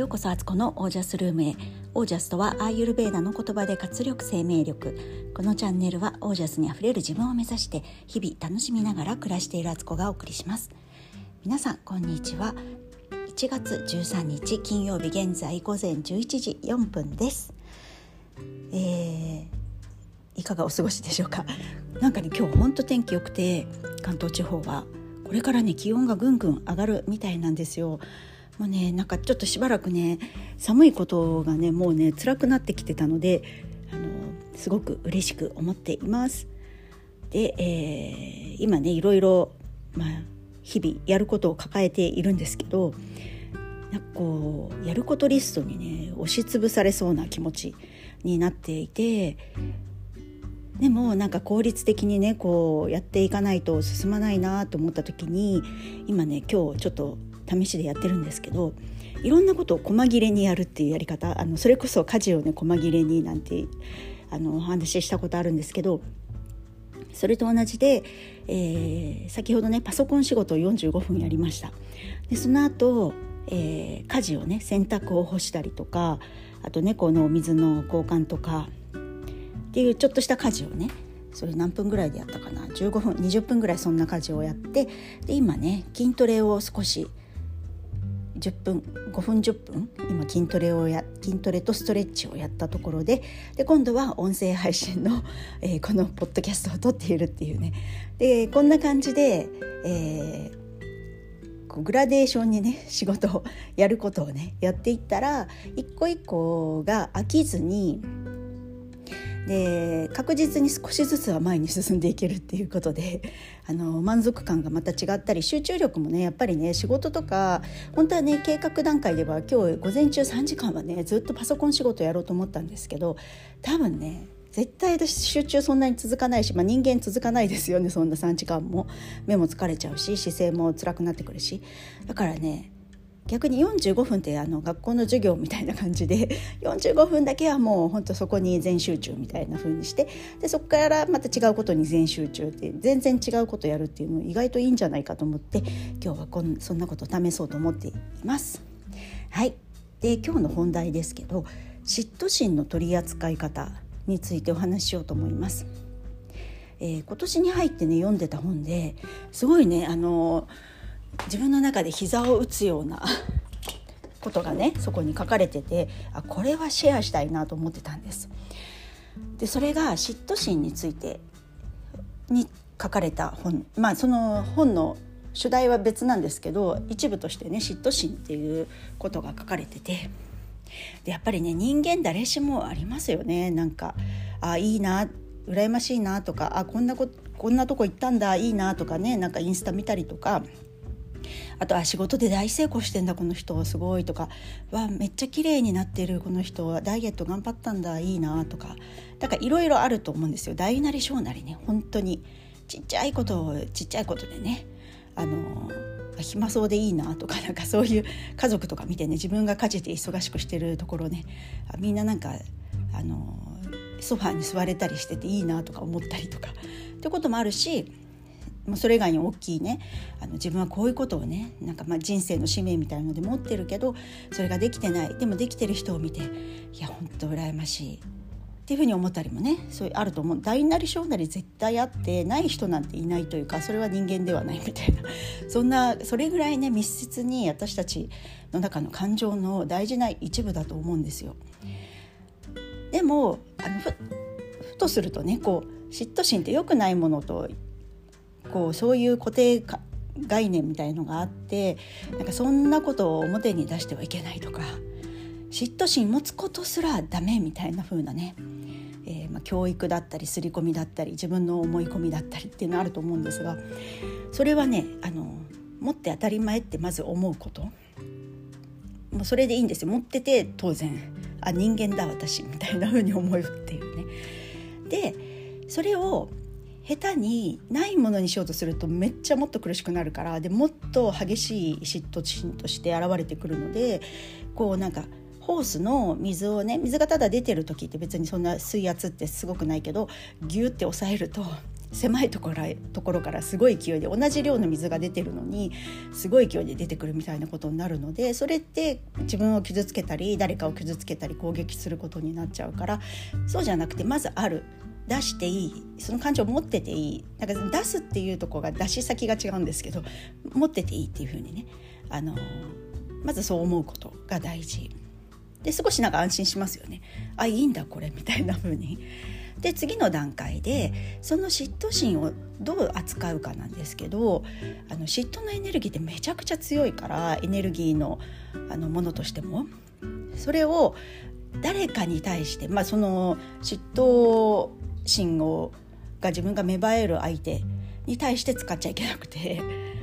ようこそアツコのオージャスルームへ。オージャスとはアーユルベーダの言葉で活力生命力。このチャンネルはオージャスにあふれる自分を目指して日々楽しみながら暮らしているアツコがお送りします。皆さんこんにちは。1月13日金曜日、現在午前11時4分です。いかがお過ごしでしょうか。なんかね、今日本当天気良くて、関東地方はこれからね気温がぐんぐん上がるみたいなんですよ。もうね、なんかちょっとしばらくね寒いことがねもうね辛くなってきてたので、すごく嬉しく思っています。で、今ねいろいろ、日々やることを抱えているんですけど、なんかこうやることリストにね押しつぶされそうな気持ちになっていて、でもなんか効率的にねこうやっていかないと進まないなと思った時に、今ね今日ちょっと試しでやってるんですけど、いろんなことを細切れにやるっていうやり方、それこそ家事をね細切れになんてお話ししたことあるんですけど、それと同じで、先ほどねパソコン仕事を45分やりました。でその後、家事をね洗濯を干したりとか、あと猫の水の交換とかっていうちょっとした家事をね、それ何分ぐらいでやったかな、15分20分ぐらいそんな家事をやって、で今ね筋トレを少し5分10分今筋トレとストレッチをやったところで、今度は音声配信の、このポッドキャストを撮っているっていうね。でこんな感じで、グラデーションにね仕事をやることをねやっていったら、一個一個が飽きずに、で確実に少しずつは前に進んでいけるっていうことで、満足感がまた違ったり、集中力もねやっぱりね、仕事とか本当はね計画段階では今日午前中3時間はねずっとパソコン仕事やろうと思ったんですけど、多分ね絶対私集中そんなに続かないし、人間続かないですよね。そんな3時間も目も疲れちゃうし、姿勢も辛くなってくるし、だからね逆に45分って学校の授業みたいな感じで45分だけはもう本当そこに全集中みたいな風にして、でそこからまた違うことに全集中って全然違うことやるっていうの意外といいんじゃないかと思って、今日はそんなことを試そうと思っています。はい。で今日の本題ですけど、嫉妬心の取り扱い方についてお話ししようと思います。今年に入ってね読んでた本ですごいね自分の中で膝を打つようなことがねそこに書かれてて、これはシェアしたいなと思ってたんです。でそれが嫉妬心についてに書かれた本、その本の主題は別なんですけど、一部としてね嫉妬心っていうことが書かれてて、でやっぱりね人間誰しもありますよね。なんかいいな、羨ましいなとか、こんなとこ行ったんだいいなとかね、なんかインスタ見たりとか、あと仕事で大成功してんだこの人すごいとか、めっちゃ綺麗になってるこの人はダイエット頑張ったんだいいなとか、だからいろいろあると思うんですよ。大なり小なりね、本当にちっちゃいことでね、暇そうでいいなとか、なんかそういう家族とか見てね、自分が家事で忙しくしてるところね、みんななんかソファーに座れたりしてていいなとか思ったりとかってこともあるし、それ以外に大きいね自分はこういうことをねなんか人生の使命みたいなので持ってるけどそれができてない、でもできてる人を見ていや本当羨ましいっていうふうに思ったりもね、そういうあると思う。大なり小なり絶対あって、ない人なんていないというか、それは人間ではないみたいな、それぐらいね密接に私たちの中の感情の大事な一部だと思うんですよ。でもふとするとねこう嫉妬心って良くないものとそういう固定概念みたいのがあって、なんかそんなことを表に出してはいけないとか、嫉妬心持つことすらダメみたいな風なね、教育だったり刷り込みだったり自分の思い込みだったりっていうのあると思うんですが、それはね持って当たり前ってまず思うこと、もうそれでいいんですよ。持ってて当然人間だ私みたいな風に思うっていうね。でそれを下手にないものにしようとするとめっちゃもっと苦しくなるから、でもっと激しい嫉妬心として現れてくるので、なんかホースの水をね、水がただ出てる時って別にそんな水圧ってすごくないけど、ギュって押さえると狭いところからすごい勢いで同じ量の水が出てるのにすごい勢いで出てくるみたいなことになるので、それって自分を傷つけたり誰かを傷つけたり攻撃することになっちゃうから、そうじゃなくてまず出していい、その感情を持ってていい。なんか出すっていうところが出し先が違うんですけど、持ってていいっていう風にね、まずそう思うことが大事で、少しなんか安心しますよね。いいんだこれみたいな風に。で次の段階でその嫉妬心をどう扱うかなんですけど、嫉妬のエネルギーってめちゃくちゃ強いから、エネルギーの、ものとしてもそれを誰かに対して、その嫉妬心が自分が芽生える相手に対して使っちゃいけなくて、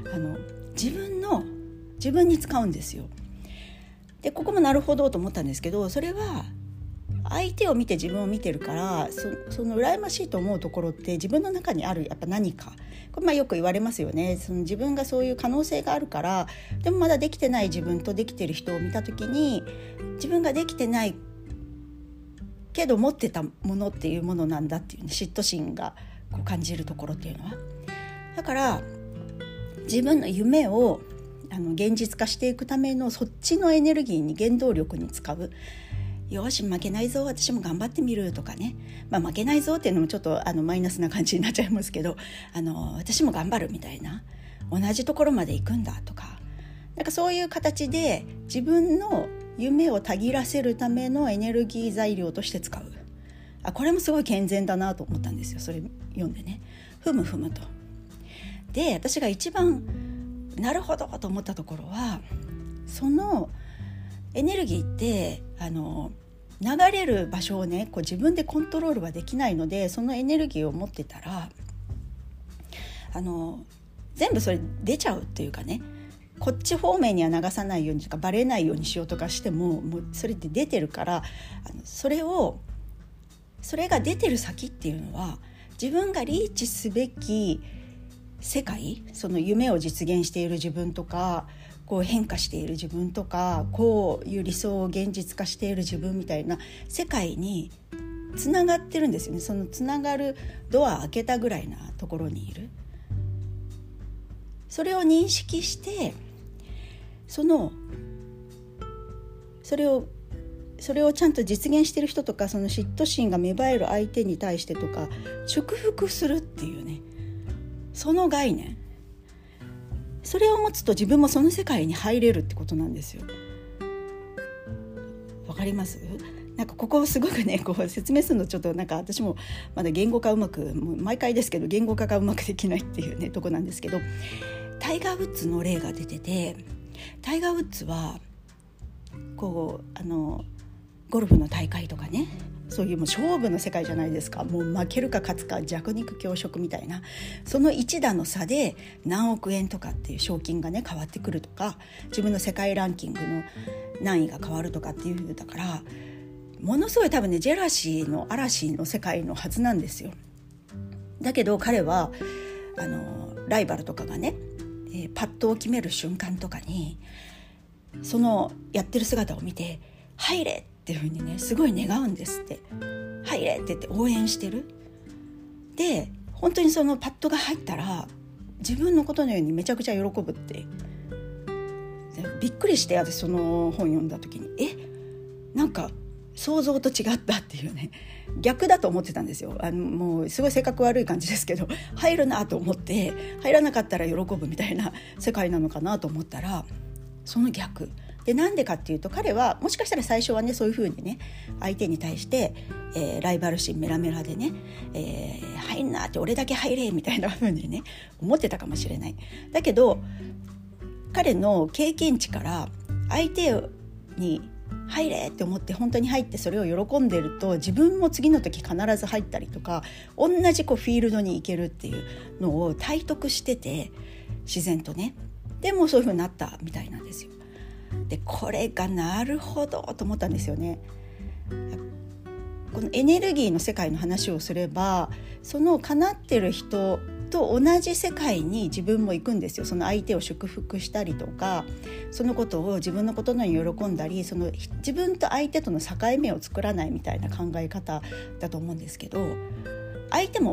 自分に使うんですよ。でここもなるほどと思ったんですけど、それは相手を見て自分を見てるから、その羨ましいと思うところって自分の中にあるやっぱ何か、これよく言われますよね。その自分がそういう可能性があるから、でもまだできてない自分とできてる人を見た時に、自分ができてないけど持ってたものっていうものなんだっていう、嫉妬心がこう感じるところっていうのは。だから自分の夢を現実化していくためのそっちのエネルギーに、原動力に使う。よし負けないぞ、私も頑張ってみるとかね、負けないぞっていうのもちょっとマイナスな感じになっちゃいますけど、私も頑張るみたいな、同じところまで行くんだとか、なんかそういう形で自分の夢をたぎらせるためのエネルギー材料として使う。これもすごい健全だなと思ったんですよ、それ読んでね。ふむふむと。で私が一番なるほどと思ったところは、そのエネルギーって流れる場所をね、こう自分でコントロールはできないので、そのエネルギーを持ってたら全部それ出ちゃうっていうかね、こっち方面には流さないようにとかバレないようにしようとかしても、もうそれって出てるから、それが出てる先っていうのは自分がリーチすべき世界、その夢を実現している自分とか、こう変化している自分とか、こういう理想を現実化している自分みたいな世界につながってるんですよね。そのつながるドア開けたぐらいなところにいる。それを認識して、それをちゃんと実現している人とか、その嫉妬心が芽生える相手に対してとか祝福するっていうね、その概念、それを持つと自分もその世界に入れるってことなんですよ。わかります？なんかここをすごくね、こう説明するのちょっとなんか私もまだ言語化もう毎回ですけど言語化がうまくできないっていうねとこなんですけど、タイガー・ウッズの例が出てて、タイガー・ウッズはこうゴルフの大会とかね、そういうもう勝負の世界じゃないですか。もう負けるか勝つか弱肉強食みたいな、その一打の差で何億円とかっていう賞金がね変わってくるとか、自分の世界ランキングの何位が変わるとかっていう風だから、ものすごい多分ねジェラシーの嵐の世界のはずなんですよ。だけど彼はライバルとかがね、パットを決める瞬間とかにそのやってる姿を見て入れっていう風にねすごい願うんですって。入れって言って応援してる。で本当にそのパットが入ったら自分のことのようにめちゃくちゃ喜ぶって。びっくりして、私その本読んだ時になんか想像と違ったっていうね、逆だと思ってたんですよ。もうすごい性格悪い感じですけど、入るなと思って入らなかったら喜ぶみたいな世界なのかなと思ったら、その逆で、なんでかっていうと、彼はもしかしたら最初はねそういう風にね相手に対して、ライバル心メラメラでね、入んなって俺だけ入れみたいな風にね思ってたかもしれない。だけど彼の経験値から相手に入れって思って本当に入ってそれを喜んでると、自分も次の時必ず入ったりとか、同じフィールドに行けるっていうのを体得してて、自然とね。でもそういう風になったみたいなんですよ。でこれがなるほどと思ったんですよね。このエネルギーの世界の話をすれば、その叶ってる人と同じ世界に自分も行くんですよ。その相手を祝福したりとか、そのことを自分のことのように喜んだり、その自分と相手との境目を作らないみたいな考え方だと思うんですけど、相手も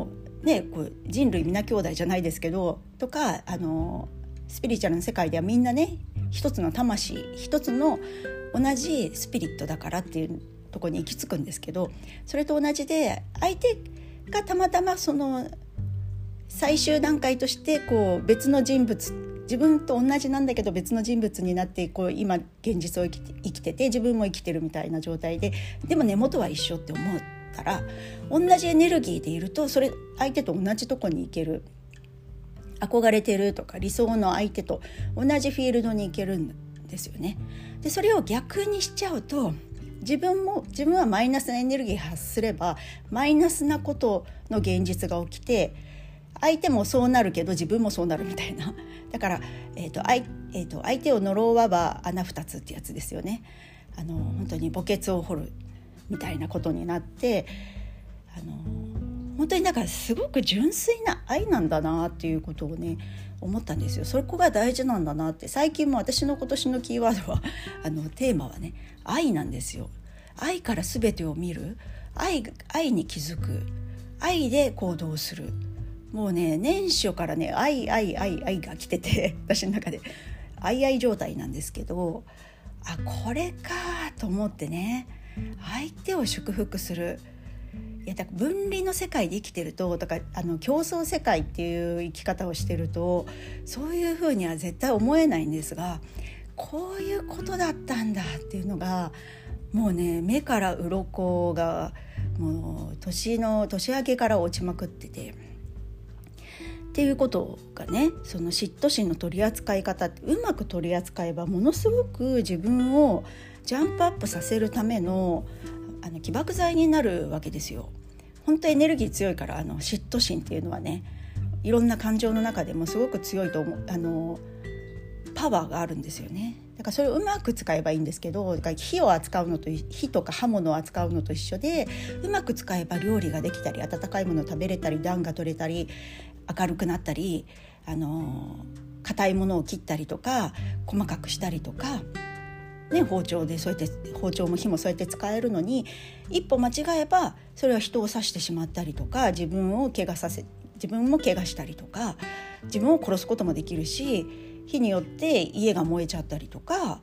ね、こう人類皆兄弟じゃないですけどとかスピリチュアルの世界ではみんなね一つの魂一つの同じスピリットだからっていうところに行き着くんですけど、それと同じで相手がたまたまその最終段階としてこう別の人物、自分と同じなんだけど別の人物になってこう今現実を生きてて自分も生きてるみたいな状態で、でも根元は一緒って思ったら同じエネルギーでいるとそれ相手と同じとこに行ける、憧れてるとか理想の相手と同じフィールドに行けるんですよね。でそれを逆にしちゃうと自分はマイナスなエネルギー発すればマイナスなことの現実が起きて相手もそうなるけど自分もそうなるみたいな。だから、相手を呪わば穴二つってやつですよね。本当に墓穴を掘るみたいなことになって本当にだからすごく純粋な愛なんだなっていうことをね思ったんですよ。そこが大事なんだなって。最近も私の今年のキーワードはテーマはね愛なんですよ。愛から全てを見る、愛に気づく、愛で行動する。もうね年初からね愛が来てて私の中で愛状態なんですけど、これかと思ってね、相手を祝福する。いやだから分離の世界で生きてると、だから競争世界っていう生き方をしてるとそういうふうには絶対思えないんですが、こういうことだったんだっていうのがもうね目から鱗がもう年明けから落ちまくってて、っていうことがね、その嫉妬心の取り扱い方ってうまく取り扱えばものすごく自分をジャンプアップさせるための起爆剤になるわけですよ。本当エネルギー強いから嫉妬心っていうのはね、いろんな感情の中でもすごく強いと思うパワーがあるんですよね。だからそれをうまく使えばいいんですけど、だから火を扱うのと火とか刃物を扱うのと一緒で、うまく使えば料理ができたり温かいものを食べれたり暖が取れたり明るくなったり硬いものを切ったりとか細かくしたりとかね、包丁も火もそうやって使えるのに、一歩間違えばそれは人を刺してしまったりとか自分も怪我したりとか自分を殺すこともできるし、火によって家が燃えちゃったりとか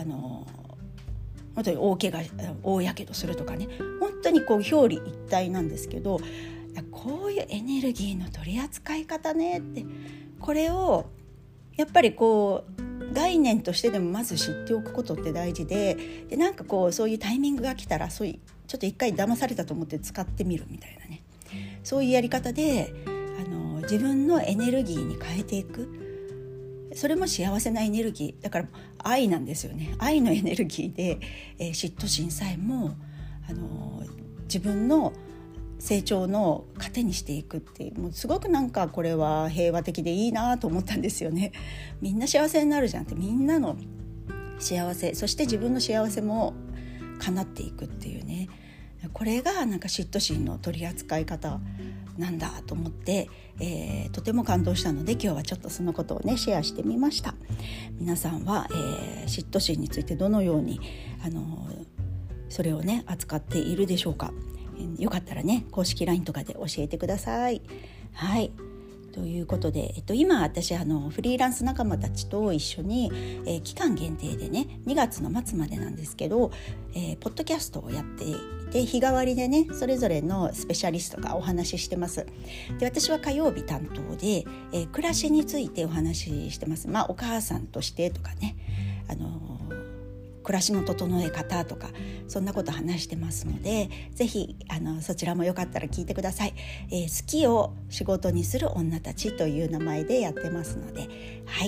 本当に大やけどするとかね、本当にこう表裏一体なんですけど、こういうエネルギーの取り扱い方ねって、これをやっぱりこう概念としてでもまず知っておくことって大事で、なんかこうそういうタイミングが来たらちょっと一回騙されたと思って使ってみるみたいなね、そういうやり方で自分のエネルギーに変えていく。それも幸せなエネルギーだから愛なんですよね。愛のエネルギーで、嫉妬心さえも自分の成長の糧にしていくっていう、もうすごくなんかこれは平和的でいいなと思ったんですよね。みんな幸せになるじゃんって、みんなの幸せ、そして自分の幸せも叶っていくっていうね、これがなんか嫉妬心の取り扱い方なんだと思って、とても感動したので今日はちょっとそのことをねシェアしてみました。皆さんは、嫉妬心についてどのようにそれをね扱っているでしょうか。よかったらね公式 LINE とかで教えてください。はい、ということで、今私フリーランス仲間たちと一緒に、期間限定でね2月の末までなんですけど、ポッドキャストをやっていて、日替わりでねそれぞれのスペシャリストがお話ししてます。で私は火曜日担当で、暮らしについてお話ししてます。お母さんとしてとかね、暮らしの整え方とかそんなこと話してますので、ぜひそちらもよかったら聞いてください。好きを仕事にする女たちという名前でやってますので、はい、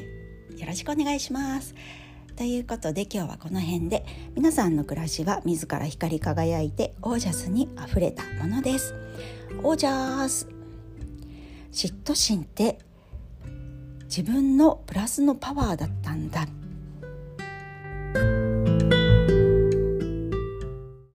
よろしくお願いします。ということで今日はこの辺で、皆さんの暮らしは自ら光り輝いてオージャスにあふれたものです。オージャス。嫉妬心って自分のプラスのパワーだったんだ